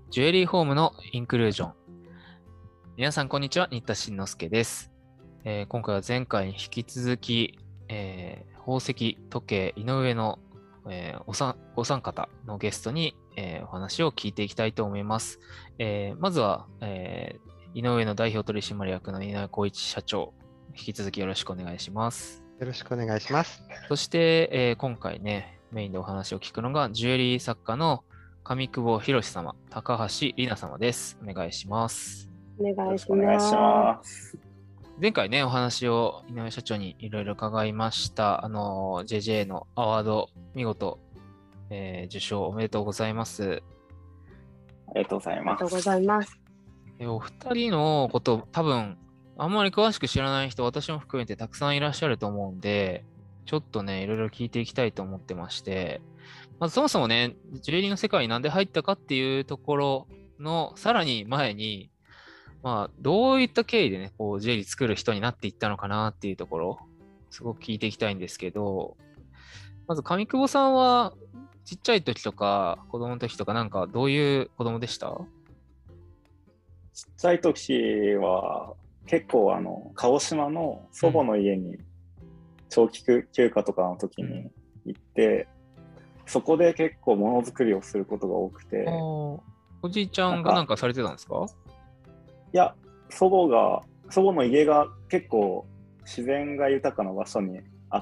ジュエリーホームのインクルージョン。皆さん、こんにちは。新田慎之介です。今回は前回に引き続き、宝石時計井上の、お三方のゲストに、お話を聞いていきたいと思います。まずは、井上の代表取締役の井上浩一社長、引き続きよろしくお願いします。 よろしくお願いします。 そして、今回ね、メインでお話を聞くのが、ジュエリー作家の上久保博様、高橋里奈様です。お願いします。 お願いしお願いしまます。 前回ね、お話を井上社長にいろいろ伺いました。JJ のアワード、見事、受賞おめでとうございます。 ありがとうございす。あります。 がとうございます。 お二人のこと、多分、あんまり詳しく知らない人、私も含めてたくさんいらっしゃると思うんで、ちょっとね、いろいろ聞いていきたいと思ってまして、まずそもそもね、ジュエリーの世界になんで入ったかっていうところの、さらに前に、どういった経緯でね、こう、ジュエリー作る人になっていったのかなっていうところ、すごく聞いていきたいんですけど、まず上久保さんは、ちっちゃい時とか、子供の時とか、なんかどういう子供でした？ ちっちゃい時は結構鹿児島の祖母の家に長期休暇とかの時に行って、そこで結構ものづくりをすることが多くて、 おじいちゃんがなんかされてたんですか？ いや、祖母の家が結構自然が豊かな場所にあって、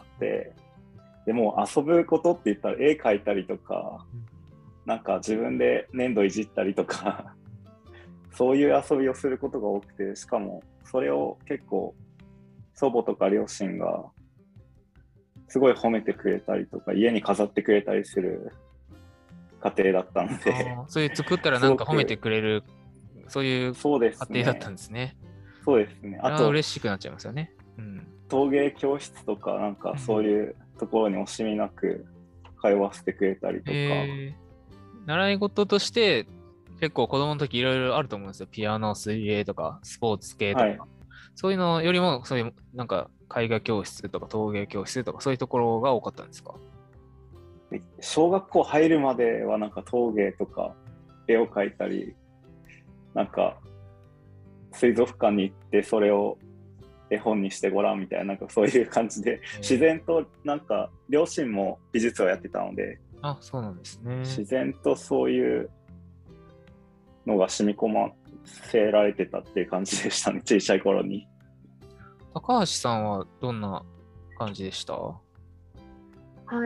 でも遊ぶことって言ったら絵描いたりとか、なんか自分で粘土いじったりとかそういう遊びをすることが多くて、しかもそれを結構祖母とか両親がすごい褒めてくれたりとか、家に飾ってくれたりする家庭だったので、 そういう作ったらなんか褒めてくれる、そういうそうですね。 家庭だったんですね。 そうですね。あと嬉しくなっちゃいますよね。 陶芸教室とかなんかそういうところに惜しみなく通わせてくれたりとか。 習い事として結構子供の時いろいろあると思うんですよ。ピアノ、水泳とかスポーツ系とか、はい、そういうのよりもそういうなんか絵画教室とか陶芸教室とかそういうところが多かったんですか？ 小学校入るまではなんか陶芸とか絵を描いたり、なんか水族館に行ってそれを絵本にしてごらんみたいな、なんかそういう感じで自然となんか両親も美術をやってたので、 そうなんですね。 自然とそういうのが染み込ませられてたっていう感じでしたね、小さい頃に。 高橋さんはどんな感じでした？ はい、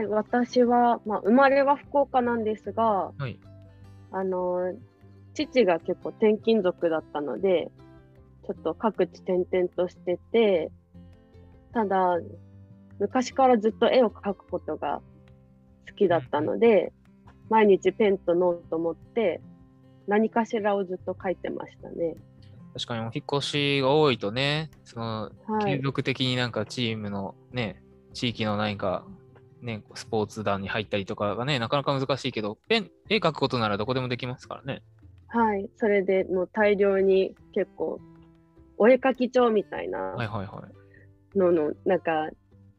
私は、生まれは福岡なんですが、 はい、 父が結構転勤族だったので、ちょっと各地転々としてて、ただ昔からずっと絵を描くことが好きだったので、毎日ペンとノート持って何かしらをずっと描いてましたね。 確かにお引っ越しが多いとね、継続的になんかチームのね、地域の何かね、スポーツ団に入ったりとかがね、なかなか難しいけど、絵描くことならどこでもできますからね。 はい、それでもう大量に結構お絵描き帳みたいなののなんか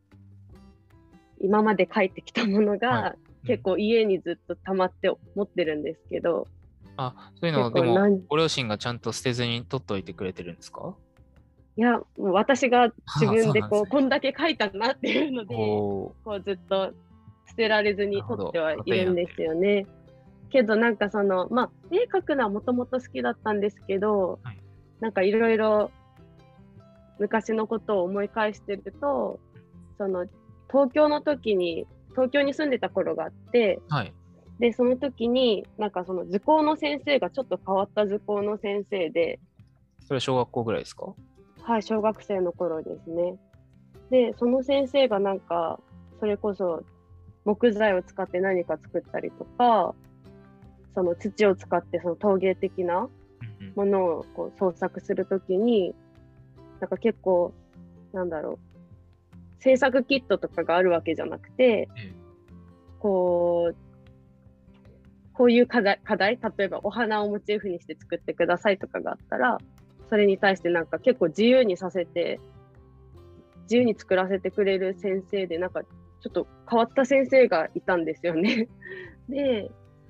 今まで描いてきたものが結構家にずっと溜まって持ってるんですけど、 そういうのでもご両親がちゃんと捨てずに取っといてくれてるんですか？ いや、もう私が自分でこんだけ描いたなっていうのでこうずっと捨てられずに取ってはいるんですよね。けどなんか絵描くのはもともと好きだったんですけど、なんかいろいろ昔のことを思い返してると、東京に住んでた頃があって、でその時になんか図工の先生がちょっと変わった図工の先生で、 それ小学校ぐらいですか？ はい、小学生の頃ですね。でその先生がなんかそれこそ木材を使って何か作ったりとか、土を使って陶芸的なものをこう創作するときに、なんか結構制作キットとかがあるわけじゃなくて、こういう課題、例えばお花をモチーフにして作ってくださいとかがあったら、それに対してなんか結構自由に作らせてくれる先生で、なんかちょっと変わった先生がいたんですよね。で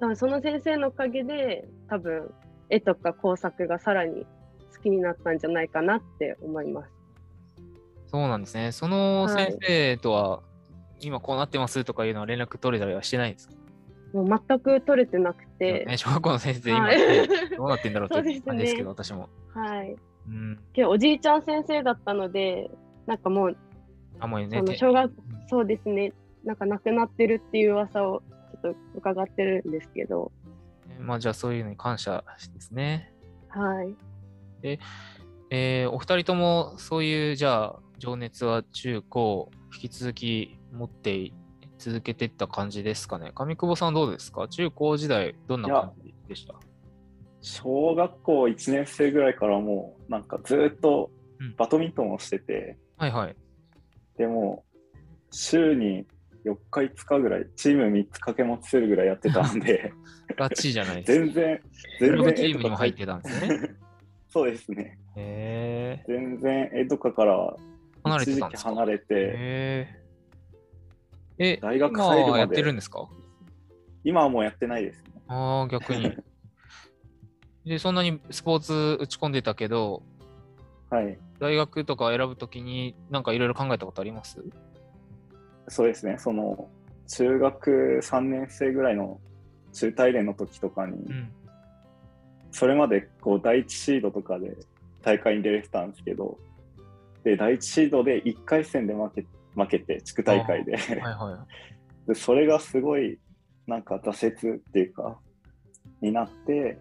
多分その先生のおかげで多分絵とか工作がさらに好きになったんじゃないかなって思います。 そうなんですね。その先生とは、今こうなってますとかいうのは連絡取れたりはしてないんですか？ もう全く取れてなくて。 小学校の先生、今、どうなってんだろうっていう感じですけど、私も。 はい。けどおじいちゃん先生だったので、なんかもう、 もうね、 そうですね、なんか亡くなってるっていう噂をちょっと伺ってるんですけど。 まあじゃあそういうのに感謝ですね。 はい。 で、お二人ともそういうじゃあ情熱は中高引き続き持って続けていった感じですかね。上久保さんどうですか？中高時代どんな感じでした？ 小学校1年生ぐらいからもうなんかずっとバドミントンをしてて、 はいはい。 でも週に4日5日ぐらいチーム3つ掛け持ちするぐらいやってたんでガチじゃないですか。 全然チームにも入ってたんですね。 そうですね。全然絵とかから一時期離れて、大学入るまで今はやってるんですか？ 今はもうやってないですね。 ああ、逆に。で、そんなにスポーツ打ち込んでたけど、 はい。 大学とか選ぶときになんかいろいろ考えたことあります？ そうですね。その中学3年生ぐらいの中大連の時とかに、それまでこう第一シードとかで大会に出れてたんですけど、で第一シードで1回戦で負けて地区大会で、でそれがすごいなんか挫折っていうかになって、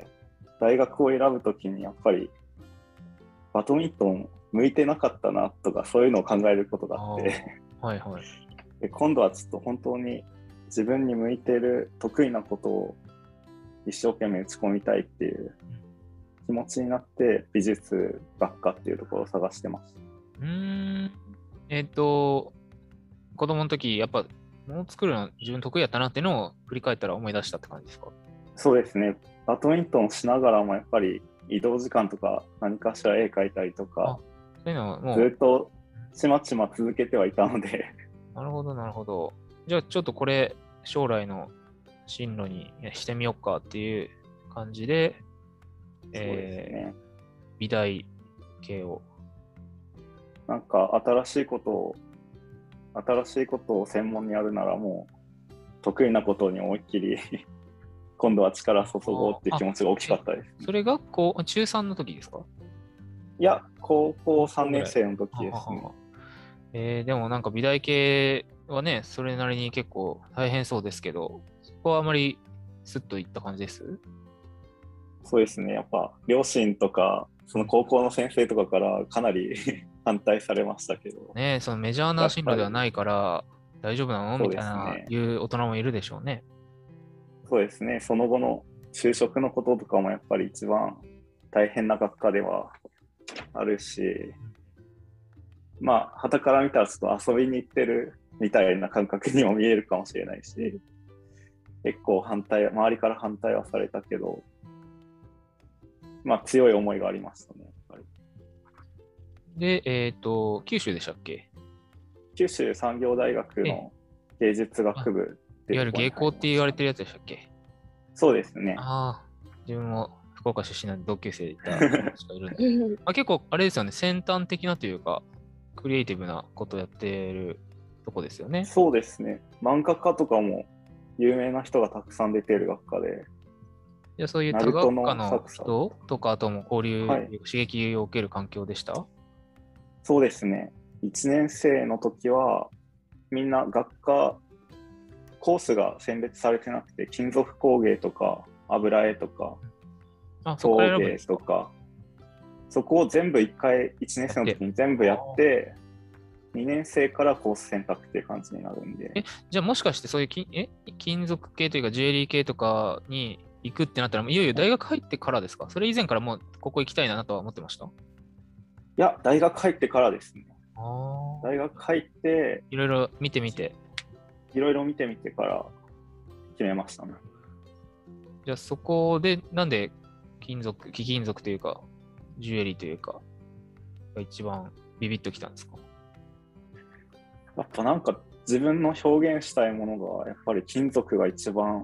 大学を選ぶときにやっぱりバドミントン向いてなかったなとかそういうのを考えることがあってで今度はちょっと本当に自分に向いている得意なことを一生懸命打ち込みたいっていう気持ちになって美術学科っていうところを探してます。 子供の時やっぱ物作るの自分得意やったなっていうのを振り返ったら思い出したって感じですか？ そうですね。バドミントンしながらもやっぱり移動時間とか何かしら絵描いたりとか、 そういうのもずっとちまちま続けてはいたのでなるほどなるほど。じゃあちょっとこれ将来の進路にしてみようかっていう感じで、 そうですね。 美大系をなんか新しいことを専門にやるならもう得意なことに思いっきり今度は力注ごうっていう気持ちが大きかったです、ね。 それが中3の時ですか？ いや、高校3年生の時ですね。でもなんか美大系はね、それなりに結構大変そうですけど、そこはあまりスッといった感じです？ そうですね。やっぱ両親とかその高校の先生とかからかなり反対されましたけど。 ね、そのメジャーな進路ではないから大丈夫なのみたいないう大人もいるでしょうね。 そうですね。その後の就職のこととかもやっぱり一番大変な学科ではあるし、まあ傍から見たらちょっと遊びに行ってるみたいな感覚にも見えるかもしれないし、結構周りから反対はされたけど、まあ強い思いがありましたね。やっぱりで、九州でしたっけ？ 九州産業大学の芸術学部いわゆる芸工って言われてるやつでしたっけ？ そうですね。 自分も福岡出身なんで同級生いた人がいるんで結構あれですよね、先端的なというかクリエイティブなことをやってるとこですよね。 そうですね。漫画家とかも有名な人がたくさん出ている学科で、 じゃあそういう多学科の人とかとも交流、刺激を受ける環境でした？ そうですね。1年生の時はみんな学科コースが選別されてなくて、金属工芸とか油絵とか陶芸とか、そこを全部1回1年生の時に全部やって2年生からコース選択っていう感じになるんで。 じゃあもしかしてそういう金属系というかジュエリー系とかに行くってなったらいよいよ大学入ってからですか？それ以前からもうここ行きたいなとは思ってました？ いや、大学入ってからですね。大学入っていろいろ見てみてから決めましたね。 じゃあそこでなんで貴金属というかジュエリーというかが一番ビビッときたんですか？ やっぱなんか自分の表現したいものがやっぱり金属が一番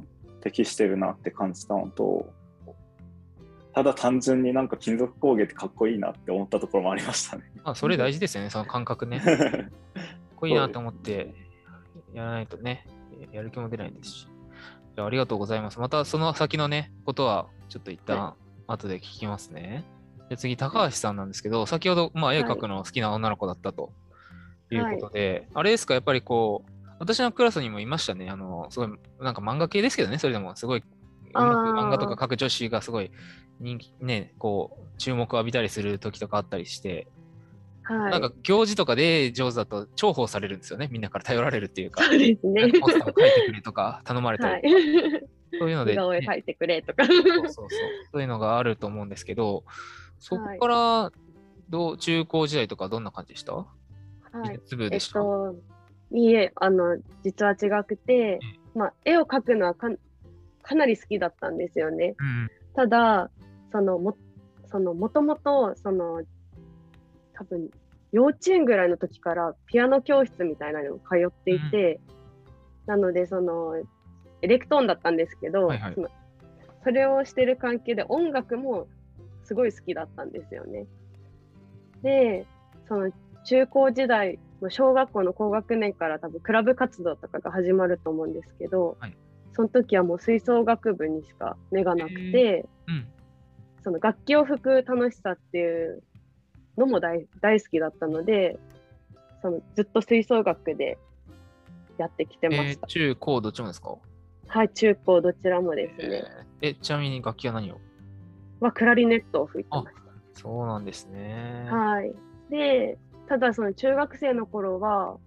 適してるなって感じたのと、ただ単純になんか金属工芸ってかっこいいなって思ったところもありましたね。 それ大事ですよね、その感覚ね。かっこいいなと思ってやらないとね、やる気も出ないですし。じゃあ、ありがとうございます。またその先のね、ことはちょっと一旦後で聞きますね。で次、高橋さんなんですけど、先ほど、絵描くの好きな女の子だったということで、あれですか、やっぱりこう、私のクラスにもいましたね。すごい、なんか漫画系ですけどね、それでも、すごい、うまく漫画とか描く女子がすごい人気、ね、こう、注目を浴びたりする時とかあったりして、なんか行事とかで上手だと重宝されるんですよね。みんなから頼られるっていうか。 そうですね。 ポスターを書いてくれとか頼まれたりとか。そういうので、 似顔絵描いてくれとか。 そういうのがあると思うんですけど、そこから中高時代とかどんな感じでした？はい。美術部でした？ いいえ、実は違くて、絵を描くのはかなり好きだったんですよね。ただ、もともと、多分、幼稚園ぐらいの時からピアノ教室みたいなのを通っていて、なので、エレクトーンだったんですけど、それをしてる関係で音楽もすごい好きだったんですよね。で、中高時代、小学校の高学年から多分クラブ活動とかが始まると思うんですけど、その時はもう吹奏楽部にしか目がなくて、その楽器を吹く楽しさっていうのも大好きだったので、ずっと吹奏楽でやってきてました。 中高どっちもですか？ はい、中高どちらもですね。 ちなみに楽器は何を？ クラリネットを吹いてました。 そうなんですね。 はい。で、ただ中学生の頃は、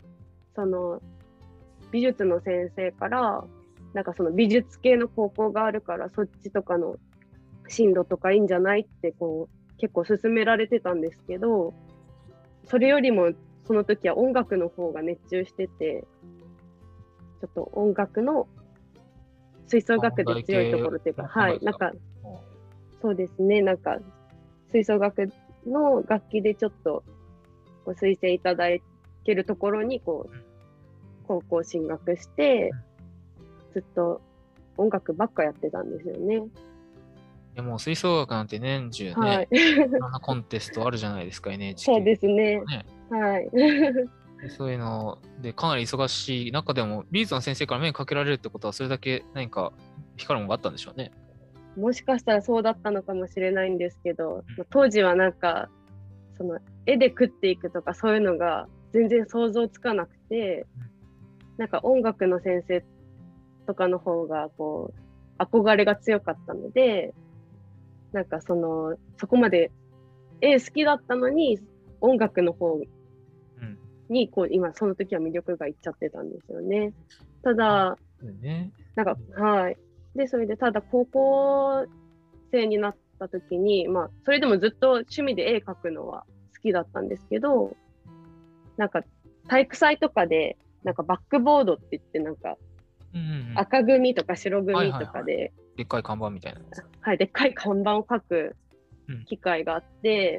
美術の先生から、なんか美術系の高校があるから、そっちとかの進路とかいいんじゃないって結構勧められてたんですけど、それよりもその時は音楽の方が熱中してて、ちょっと音楽の吹奏楽で強いところというか、なんかそうですね、なんか吹奏楽の楽器でちょっと推薦いただけるところに高校進学して、ずっと音楽ばっかやってたんですよね。 でも吹奏楽なんて年中ね、いろんなコンテストあるじゃないですか、NHK。 そうですね。はい。 そういうのでかなり忙しい中でも、美術の先生から目かけられるってことは、それだけ何か光るものがあったんでしょうね。 もしかしたらそうだったのかもしれないんですけど、当時はなんか、絵で食っていくとかそういうのが全然想像つかなくて、なんか音楽の先生とかの方が憧れが強かったので、なんかそこまで絵好きだったのに音楽の方に今その時は魅力がいっちゃってたんですよね。ただ、なんかはい。でそれでただ高校生になった時に、それでもずっと趣味で絵描くのは好きだったんですけど、なんか体育祭とかでなんかバックボードって言ってなんか赤組とか白組とかで、 でっかい看板みたいな。 はい、でっかい看板を描く機会があって、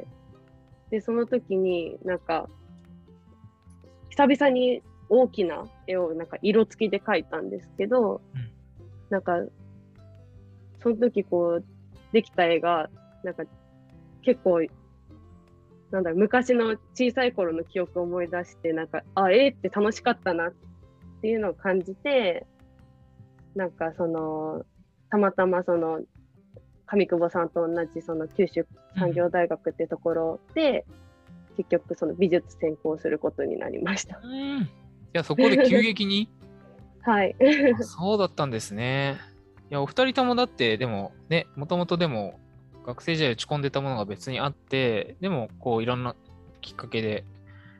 でその時になんか久々に大きな絵をなんか色付きで描いたんですけど、なんかその時できた絵がなんか結構昔の小さい頃の記憶を思い出して、なんか絵って楽しかったなっていうのを感じて、なんかたまたま上久保さんと同じ九州産業大学ってところで、結局美術専攻することになりました。 いや、そこで急激にはいそうだったんですね。いや、お二人ともだってでもね、もともとでも学生時代打ち込んでたものが別にあって、でもいろんなきっかけで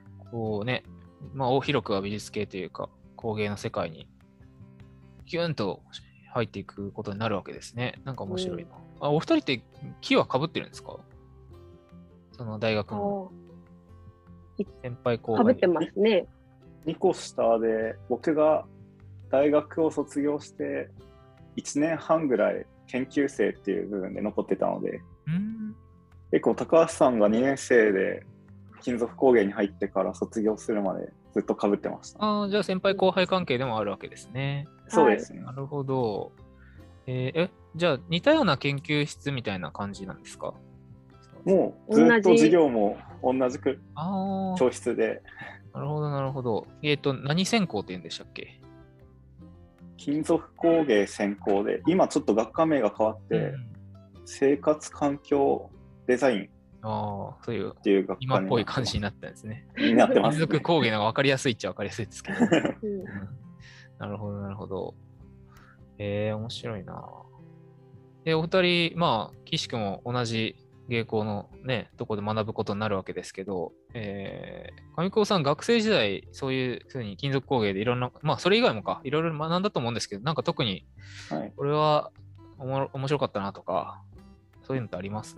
大広くは美術系というか工芸の世界にギュンと入っていくことになるわけですね。なんか面白いな。お二人って木は被ってるんですか？その大学の先輩後輩。 被ってますね。 2個下で、僕が大学を卒業して1年半ぐらい研究生っていう部分で残ってたので、結構高橋さんが2年生で金属工芸に入ってから卒業するまでずっと被ってました。 じゃあ先輩後輩関係でもあるわけですね。 そうですね。 なるほど。 じゃあ似たような研究室みたいな感じなんですか？ もうずっと授業も同じく教室で。 なるほど、なるほど。何専攻って言うんでしたっけ？ 金属工芸専攻で、今ちょっと学科名が変わって、生活環境デザインそういうっていう学科今っぽい感じになったんですね。 になってますね。 金属工芸のが分かりやすいっちゃ分かりやすいですけど。なるほど、なるほど。面白いな。で、お二人、まあ、岸君も同じ芸工のね、とこで学ぶことになるわけですけど、上高さん、学生時代、そういうふうに金属工芸でいろんな、まあ、それ以外もか、いろいろ学んだと思うんですけど、なんか特に、これは面白かったなとか、そういうのってあります？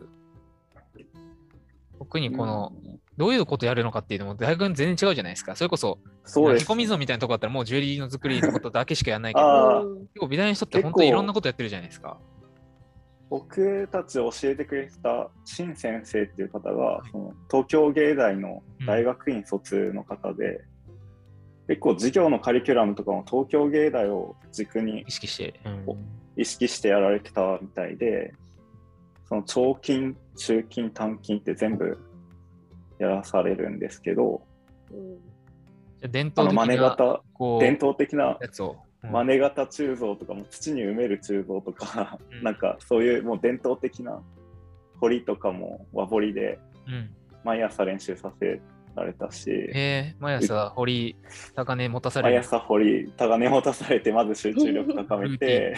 特にこの、どういうことやるのかっていうのも大学に全然違うじゃないですか。それこそ、焼き込み像みたいなとこだったらもうジュエリーの作りのことだけしかやらないけど、結構美大の人って本当にいろんなことやってるじゃないですか。 僕たち教えてくれた陳先生っていう方が、その東京芸大の大学院卒の方で、結構授業のカリキュラムとかも東京芸大を軸に意識してやられてたみたいで、その長筋、中筋、短筋って全部やらされるんですけど、 伝統的なやつを真似型鋳造とかも土に埋める鋳造とか、なんかそういうもう伝統的な彫りとかも和彫りで毎朝練習させられたし、 毎朝彫り高値持たされる。 毎朝彫り高値持たされて、まず集中力高めて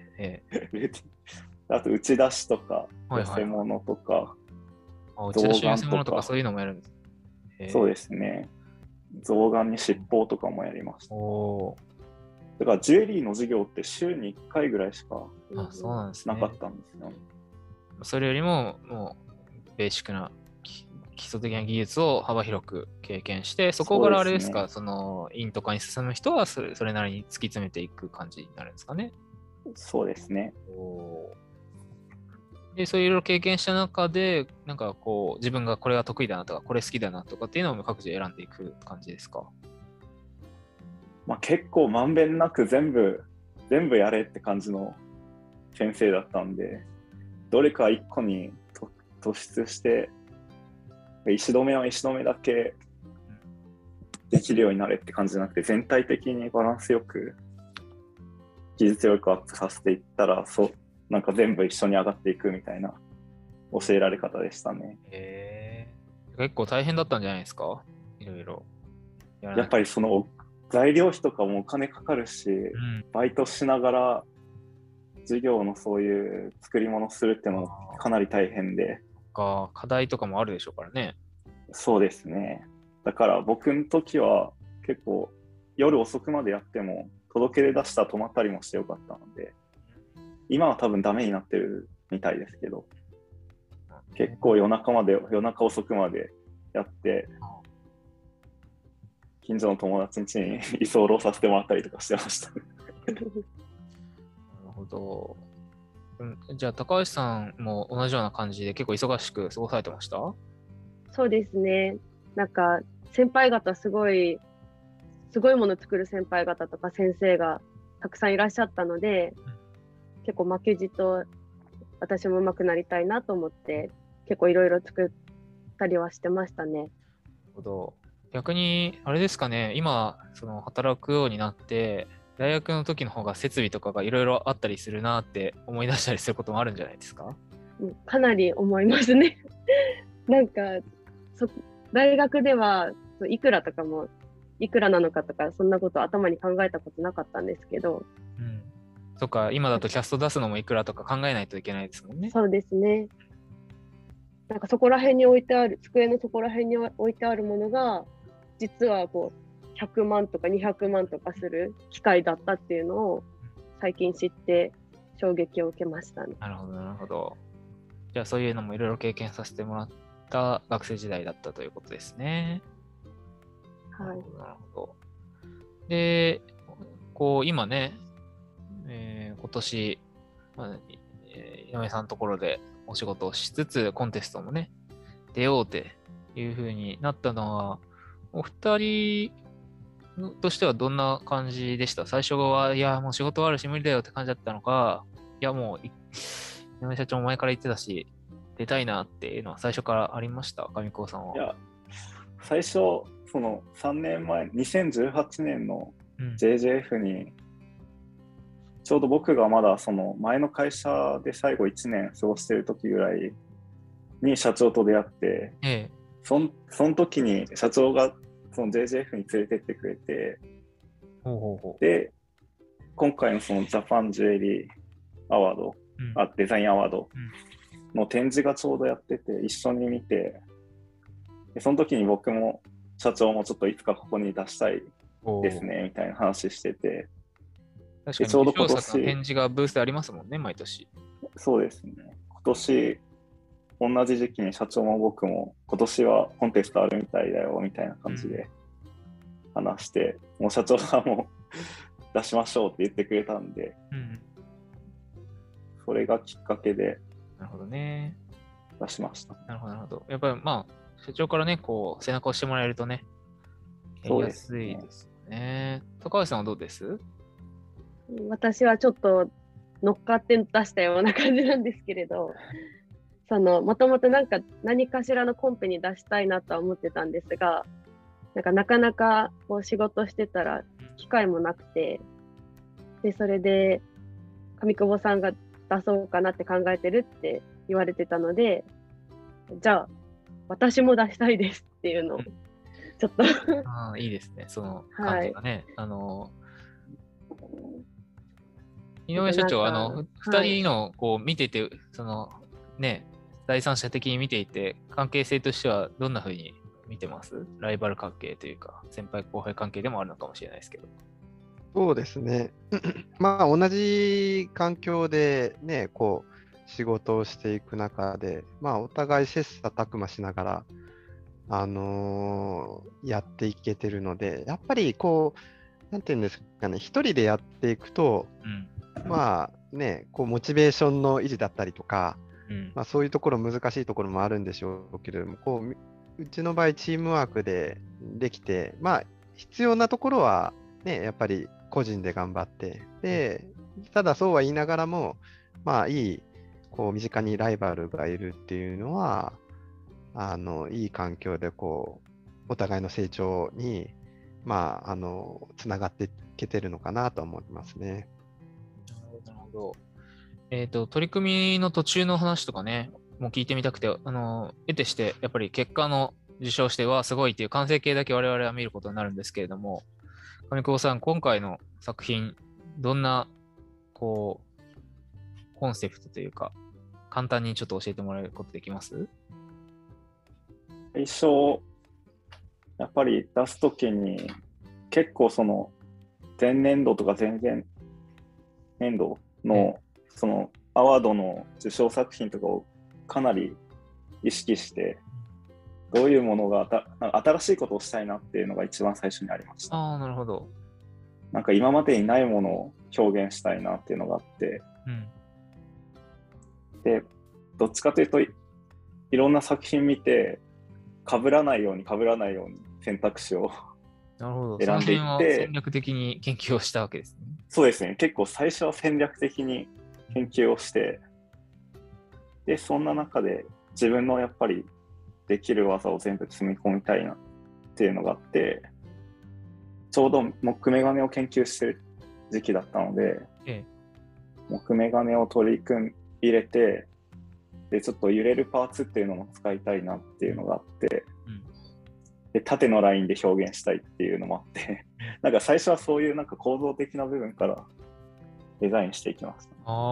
あと打ち出しとか寄せ物とか打ち出し寄せ物とかそういうのもやるんです。 そうですね。象眼に尻尾とかもやりました。だからジュエリーの授業って週に1回ぐらいしかなかったんですよ。 それよりももうベーシックな基礎的な技術を幅広く経験して、そこからあれですか、その院とかに進む人はそれなりに突き詰めていく感じになるんですかね。 そうですね。 で、そういういろいろ経験した中で、なんかこう自分がこれが得意だなとか、これ好きだなとかっていうのを各自選んでいく感じですか？ まあ、結構まんべんなく全部やれって感じの先生だったんで、どれか一個に突出して石留めは石留めだけできるようになれって感じじゃなくて、全体的にバランスよく技術力アップさせていったら、なんか全部一緒に上がっていくみたいな教えられ方でしたね。 結構大変だったんじゃないですか？いろいろやっぱりその材料費とかもお金かかるし、バイトしながら授業のそういう作り物するっていうのもかなり大変で、 課題とかもあるでしょうからね。 そうですね。だから僕の時は結構夜遅くまでやっても届け出出したら止まったりもしてよかったので、今は多分ダメになってるみたいですけど、結構夜中遅くまでやって近所の友達ん家に居候させてもらったりとかしてましたなるほど。じゃあ高橋さんも同じような感じで結構忙しく過ごされてました？ そうですね。なんか先輩方すごいもの作る先輩方とか先生がたくさんいらっしゃったので、結構負けじと私も上手くなりたいなと思って結構いろいろ作ったりはしてましたね。 なるほど。逆にあれですかね、今その働くようになって大学の時の方が設備とかがいろいろあったりするなって思い出したりすることもあるんじゃないですか？ かなり思いますねなんか大学ではいくらとかもいくらなのかとかそんなこと頭に考えたことなかったんですけど、 そっか、今だとキャスト出すのもいくらとか考えないといけないですもんね。 そうですね。なんかそこら辺に置いてある机のそこら辺に置いてあるものが実はこう100万とか200万とかする機械だったっていうのを最近知って衝撃を受けましたね。 なるほど、なるほど。じゃあそういうのもいろいろ経験させてもらった学生時代だったということですね。 はい。 なるほど。で、こう今ね、今年、井上さんのところでお仕事をしつつコンテストもね出ようっていう風になったのは、お二人としてはどんな感じでした？最初はいやもう仕事あるし無理だよって感じだったのか、 や、もう、井上社長も前から言ってたし、出たいなっていうのは最初からありました、上高さんは。 いや、最初、その3年前、2018年の JJF に、ちょうど僕がまだその前の会社で最後1年過ごしてる時ぐらいに社長と出会って、その時に社長がその JJF に連れてってくれて、で、今回のそのジャパンジュエリーアワード、デザインアワードの展示がちょうどやってて、一緒に見て、でその時に僕も社長もちょっといつかここに出したいですねみたいな話してて、 確かにちょうど今年展示がブースでありますもんね、毎年。 そうですね。今年同じ時期に社長も僕も今年はコンテストあるみたいだよみたいな感じで話して、もう社長がもう出しましょうって言ってくれたんで、それがきっかけでなるほどね。 出しました。 なるほど、なるほど。やっぱりまあ、社長からね、こう、背中を押してもらえるとね、やりやすいですね。高橋さんはどうです？ 私はちょっと乗っかって出したような感じなんですけれど、もともと何かしらのコンペに出したいなとは思ってたんですが、なかなかこう仕事してたら機会もなくて、で、それで上久保さんが出そうかなって考えてるって言われてたので、じゃあ私も出したいですっていうのをちょっといいですね、その感じがね。井上社長、2人のこう見てて、そのね、第三者的に見ていて、関係性としてはどんな風に見てます？ライバル関係というか、先輩後輩関係でもあるのかもしれないですけど。 そうですね。まあ、同じ環境でね、こう、仕事をしていく中で、まあ、お互い切磋琢磨しながら、やっていけてるので、やっぱりこう、なんていうんですかね、一人でやっていくと、まあね、こうモチベーションの維持だったりとか、まあ、そういうところ難しいところもあるんでしょうけれども、こうちの場合チームワークでできて、まあ必要なところはね、やっぱり個人で頑張って、で、ただそうは言いながらも、まあいい、こう身近にライバルがいるっていうのは、いい環境でこう、お互いの成長に、まあ、つながっていけてるのかなと思いますね。 なるほど。取り組みの途中の話とかね、もう聞いてみたくて、得てして、やっぱり結果の受賞してはすごいっていう完成形だけ我々は見ることになるんですけれども、上久保さん、今回の作品、どんな、こう、コンセプトというか、簡単にちょっと教えてもらえることできます？ 最初、やっぱり出すときに、結構その、前年度とか前々年度の、その、アワードの受賞作品とかをかなり意識して、どういうものが新しいことをしたいなっていうのが一番最初にありました。 なるほど。 今までにないものを表現したいなっていうのがあって、で、どっちかというといろんな作品見て被らないように選択肢を選んでいって、 戦略的に研究をしたわけですね。 そうですね。結構最初は戦略的に研究をして、で、そんな中で自分のやっぱりできる技を全部積み込みたいなっていうのがあって、ちょうど木メガネを研究してる時期だったので、木メガネを取り入れて、で、ちょっと揺れるパーツっていうのも使いたいなっていうのがあって、で、縦のラインで表現したいっていうのもあって最初はそういう構造的な部分からデザインしていきました。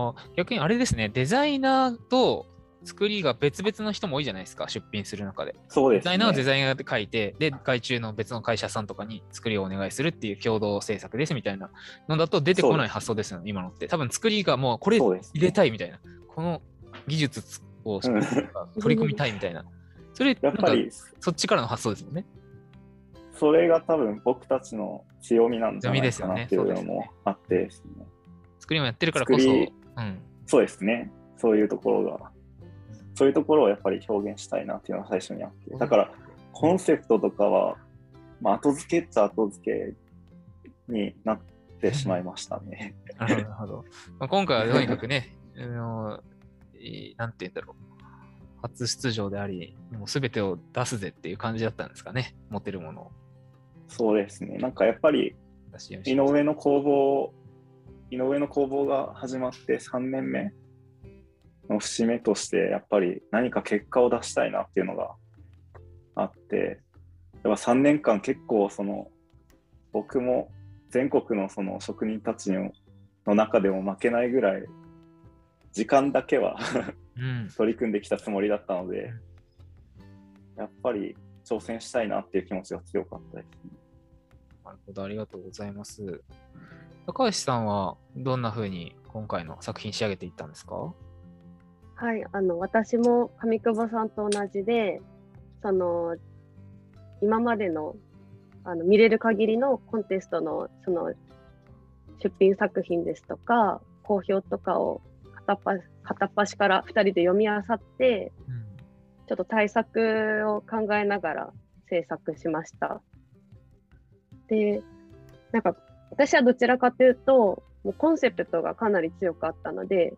逆にあれですね、デザイナーと作りが別々の人も多いじゃないですか、出品する中で。 そうですね。 デザイナーはデザイナーで書いて、で、外注の別の会社さんとかに作りをお願いするっていう共同制作ですみたいなのだと出てこない発想ですよね、今のって。多分作りがもうこれ入れたいみたいな、この技術を取り込みたいみたいな。それ、やっぱりそっちからの発想ですもんね。 それが多分僕たちの強みなんじゃないかなっていうのもあってですね。 作りもやってるからこそ。 そうですね。そういうところをやっぱり表現したいなっていうのが最初にあって。だからコンセプトとかは、後付けっちゃ後付けになってしまいましたね。 なるほど。今回はとにかくね、なんて言うんだろう。初出場であり、もう全てを出すぜっていう感じだったんですかね、持ってるものを。 そうですね。なんかやっぱり井上の工房が始まって3年目の節目として、やっぱり何か結果を出したいなっていうのがあって、やっぱ3年間結構僕も全国のその職人たちの中でも負けないぐらい時間だけは取り組んできたつもりだったので、やっぱり挑戦したいなっていう気持ちが強かったですね。 なるほど、ありがとうございます。高橋さんはどんな風に今回の作品仕上げていったんですか？ はい、私も上久保さんと同じで、今までの見れる限りのコンテストの出品作品ですとか好評とかを片っ端から2人で読み漁って、ちょっと対策を考えながら制作しました。で、なんか私はどちらかというともうコンセプトがかなり強かったので、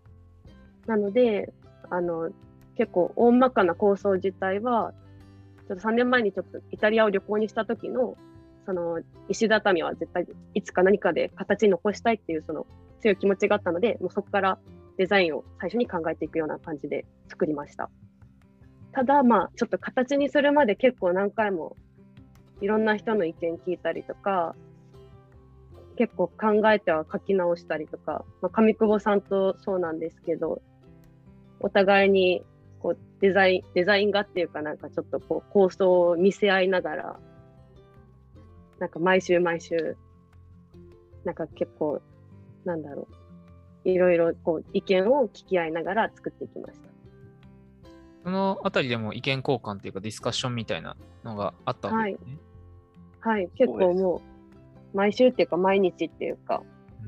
結構大まかな構想自体はちょっと3年前にちょっとイタリアを旅行にした時の石畳は絶対いつか何かで形に残したいっていう強い気持ちがあったので、もうそこからデザインを最初に考えていくような感じで作りました。ただちょっと形にするまで結構何回もいろんな人の意見聞いたりとか、結構考えては書き直したりとか、上久保さんとそうなんですけど、お互いにこうデザイン画っていうか、なんかちょっとこう構想を見せ合いながら、なんか毎週なんか結構いろいろこう意見を聞き合いながら作っていきました。 そのあたりでも意見交換っていうかディスカッションみたいなのがあったわけですね。 はい、結構もう毎週っていうか毎日っていうか。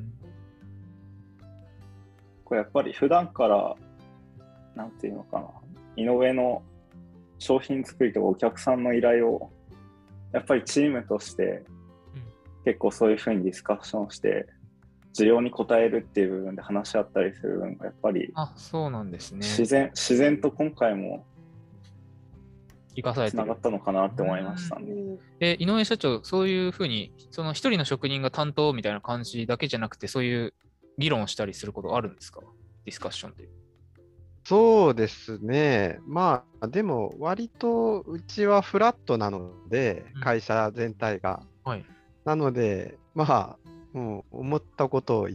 これやっぱり普段からなんていうのかな、井上の商品作りとかお客さんの依頼をやっぱりチームとして結構そういうふうにディスカッションして需要に応えるっていう部分で話し合ったりする部分がやっぱりそうなんですね。 自然と今回も生かされてつながったのかなって思いましたね。 井上社長、そういうふうに一人の職人が担当みたいな感じだけじゃなくて、そういう議論をしたりすることあるんですか？ディスカッションで。 そうですね。でも割とうちはフラットなので、会社全体が。なので、思ったことを言って、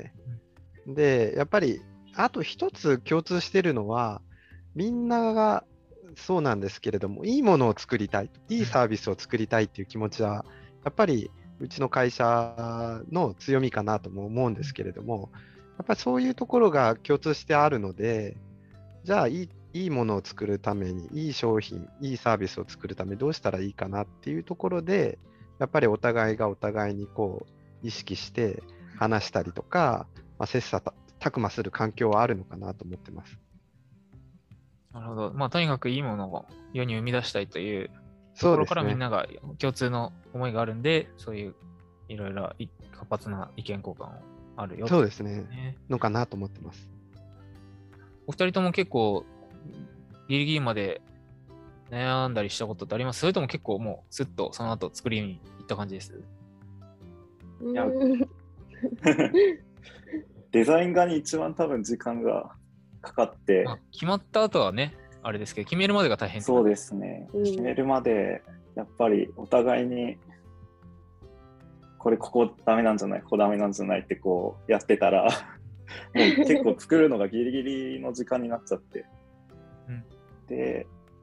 で、やっぱり、あと一つ共通してるのは、みんながそうなんですけれども、いいものを作りたい、いいサービスを作りたいっていう気持ちは、やっぱりうちの会社の強みかなとも思うんですけれども、やっぱりそういうところが共通してあるので、じゃあいいものを作るために、いい商品、いいサービスを作るためにどうしたらいいかなっていうところで、やっぱりお互いがお互いにこう意識して話したりとか、切磋琢磨する環境はあるのかなと思ってます。 なるほど。とにかくいいものを世に生み出したいというところからみんなが共通の思いがあるんで、そういういろいろ活発な意見交換をあるよ、 そうですね。のかなと思ってます。 お二人とも結構ギリギリまで悩んだりしたことってあります？それとも結構もうスッとその後作りに行った感じです？ デザイン画に一番多分時間がかかって、 決まった後はねあれですけど、決めるまでが大変。 そうですね。決めるまでやっぱりお互いにここダメなんじゃない、ここダメなんじゃないってこうやってたらもう結構作るのがギリギリの時間になっちゃって、で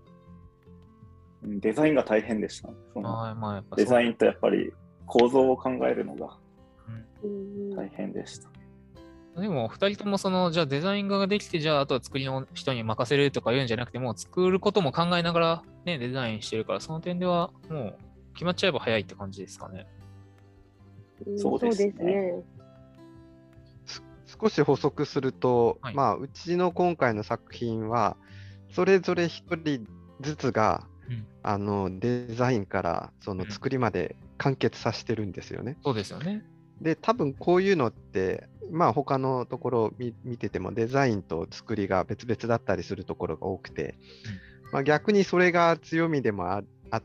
デザインが大変でした、ね。デザインとやっぱり構造を考えるのが大変でした。 でも2人ともじゃあデザイン画ができて、じゃああとは作りの人に任せるとか言うんじゃなくて、もう作ることも考えながら、ね、デザインしてるから、その点ではもう決まっちゃえば早いって感じですかね。 そうですね。 少し補足すると、うちの今回の作品はそれぞれ一人ずつが、デザインから作りまで完結させてるんですよね。 そうですよね。 で、多分こういうのって、まあ他のところを見ててもデザインと作りが別々だったりするところが多くて、まあ、逆にそれが強みでもあって、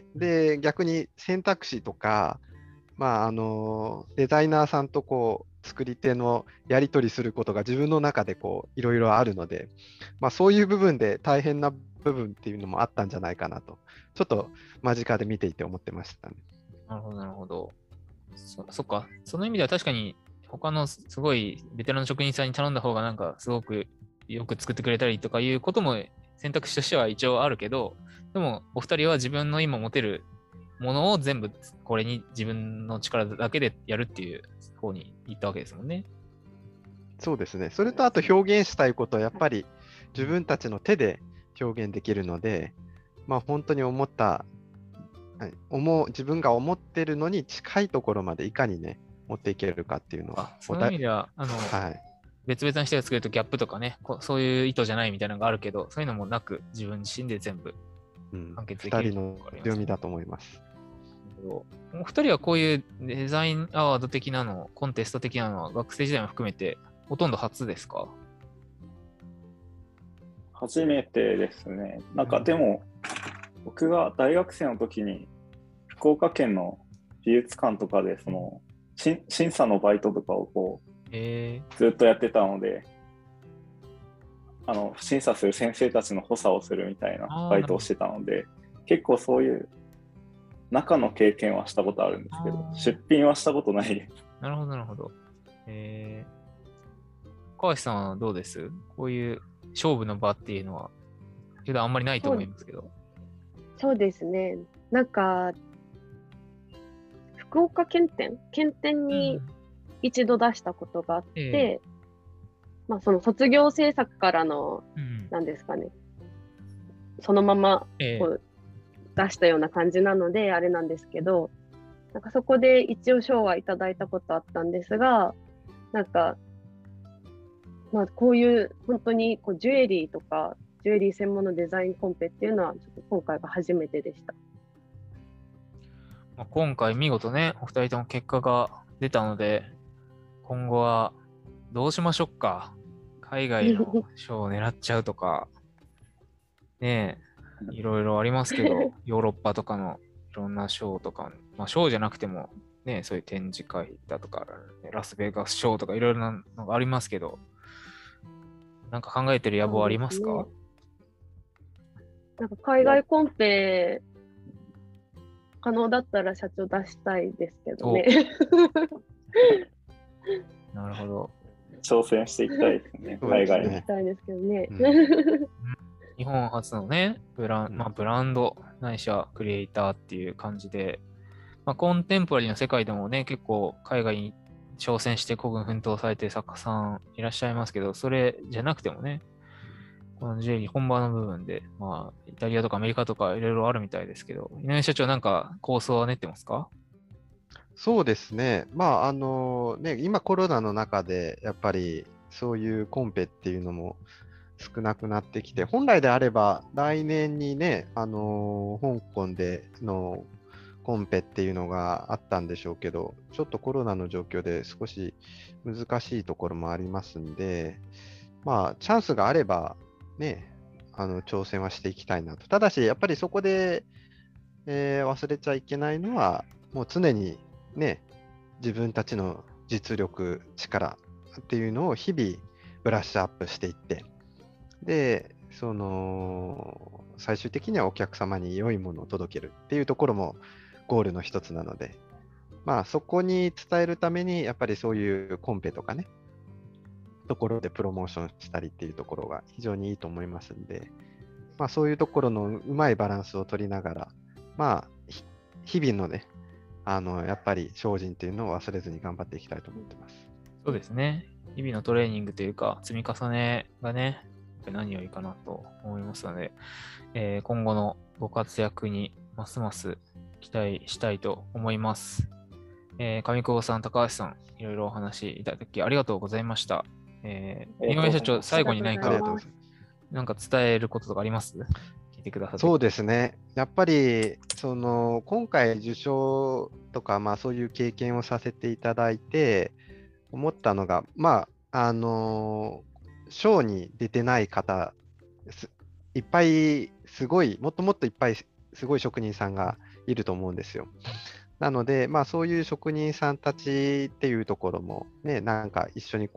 で、逆に選択肢とか、まあデザイナーさんとこう作り手のやり取りすることが自分の中でこういろいろあるので、まあ、そういう部分で大変な部分っていうのもあったんじゃないかなと、ちょっと間近で見ていて思ってましたね。 なるほど、なるほど。そっか。その意味では確かに他のすごいベテランの職人さんに頼んだ方がなんかすごくよく作ってくれたりとかいうことも選択肢としては一応あるけど、でもお二人は自分の今持てるものを全部これに自分の力だけでやるっていう方に行ったわけですもんね。 そうですね。それとあと表現したいことはやっぱり自分たちの手で表現できるので、まあ本当に自分が思ってるのに近いところまでいかにね、持っていけるかっていうのは。 そういう意味では、はい、別々な人が作るとギャップとかね、そういう意図じゃないみたいなのがあるけど、そういうのもなく自分自身で全部完結できる、 2人の強みだと思います。 お二人はこういうデザインアワード的なの、コンテスト的なのは学生時代も含めてほとんど初ですか？ 初めてですね。なんかでも、僕が大学生の時に福岡県の美術館とかでその審査のバイトとかをこう、ずっとやってたので、審査する先生たちの補佐をするみたいなバイトをしてたので、結構そういう中の経験はしたことあるんですけど、出品はしたことないです。 なるほど、なるほど。川橋さんはどうです？こういう勝負の場っていうのは普段あんまりないと思いますけど。 そうですね。なんか福岡県展に一度出したことがあって、まあその卒業制作からの、なんですかね、そのままこう出したような感じなのであれなんですけど、なんかそこで一応賞はいただいたことあったんですが、なんかまあこういう本当にこうジュエリーとかジュエリー専門のデザインコンペっていうのはちょっと今回が初めてでした。 今回見事ね、お二人とも結果が出たので、今後はどうしましょうか。海外の賞を狙っちゃうとか、ねえ、いろいろありますけど、ヨーロッパとかのいろんな賞とか、まあ賞じゃなくても、ね、そういう展示会だとか、ラスベガス賞とかいろいろなのがありますけど、なんか考えてる野望ありますか？ ね、なんか海外コンペ可能だったら社長出したいですけどね。 なるほど。 挑戦していきたいですね。海外に。 行きたいですけどね。 日本初のね、ブランドないしはクリエイターっていう感じで、コンテンポラリーの世界でもね、結構海外に挑戦して孤軍奮闘されてる作家さんいらっしゃいますけど、それじゃなくてもね、この J リー本場の部分で、イタリアとかアメリカとかいろいろあるみたいですけど、井上社長なんか構想は練ってますか？ そうですね。今コロナの中でやっぱりそういうコンペっていうのも少なくなってきて、本来であれば来年にね、香港でのコンペっていうのがあったんでしょうけど、ちょっとコロナの状況で少し難しいところもありますんで、チャンスがあればね、挑戦はしていきたいなと。ただし、やっぱりそこで、忘れちゃいけないのは、もう常にね、自分たちの実力、力っていうのを日々ブラッシュアップしていって、で、最終的にはお客様に良いものを届けるっていうところもゴールの一つなので、そこに伝えるために、やっぱりそういうコンペとかね、ところでプロモーションしたりっていうところが非常にいいと思いますんで、そういうところのうまいバランスを取りながら、日々のね、やっぱり精進っていうのを忘れずに頑張っていきたいと思ってます。 そうですね。日々のトレーニングというか、積み重ねがね、何よりかなと思いますので、今後のご活躍にますます期待したいと思います。上久保さん、高橋さん、いろいろお話いただきありがとうございました。井上社長、最後に何か伝えることとかあります？ てくださって。 そうですね。やっぱり今回受賞とか、そういう経験をさせていただいて思ったのが、賞に出てない方いっぱいもっともっといっぱいすごい職人さんがいると思うんですよ。なので、そういう職人さんたちっていうところもね、なんか一緒に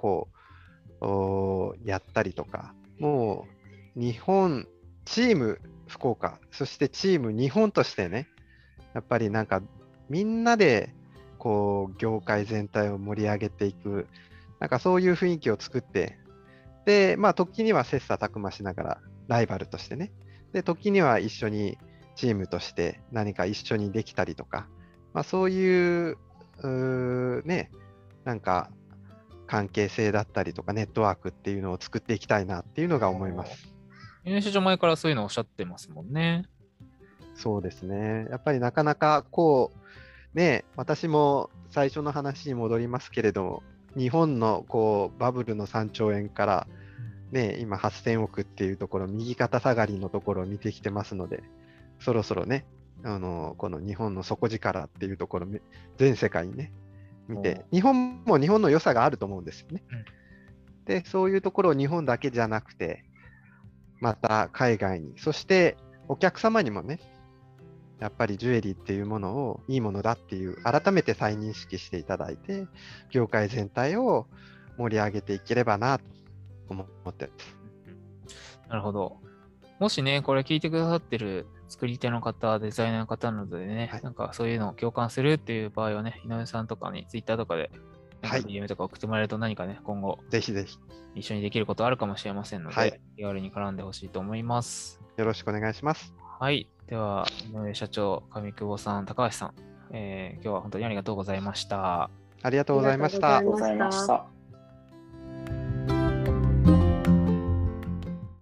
やったりとか、もうチーム福岡、そしてチーム日本としてね、やっぱりなんかみんなで業界全体を盛り上げていく、なんかそういう雰囲気を作って、で、時には切磋琢磨しながらライバルとしてね、で、時には一緒にチームとして何か一緒にできたりとか、そういう、ね、なんか関係性だったりとかネットワークっていうのを作っていきたいなっていうのが思います。 練習場前からそういうのをおっしゃってますもんね。 そうですね。やっぱりなかなか私も最初の話に戻りますけれども、日本のバブルの3兆円から、今8000億っていうところ、右肩下がりのところを見てきてますので、そろそろね、この日本の底力っていうところ、全世界にね、見て、日本も日本の良さがあると思うんですよね。で、そういうところを日本だけじゃなくて、また海外に、そしてお客様にもね、やっぱりジュエリーっていうものをいいものだっていう、改めて再認識していただいて、業界全体を盛り上げていければなと思ってます。 なるほど。もしね、これ聞いてくださってる作り手の方、デザイナーの方などでね、なんかそういうのを共感するっていう場合はね、井上さんとかにツイッターとかで、DM とか送ってもらえると何かね、今後、 ぜひぜひ一緒にできることあるかもしれませんので、気軽に絡んでほしいと思います。 よろしくお願いします。 はい。では、井上社長、上久保さん、高橋さん、今日は本当にありがとうございました。 ありがとうございました。 ありがとうございました。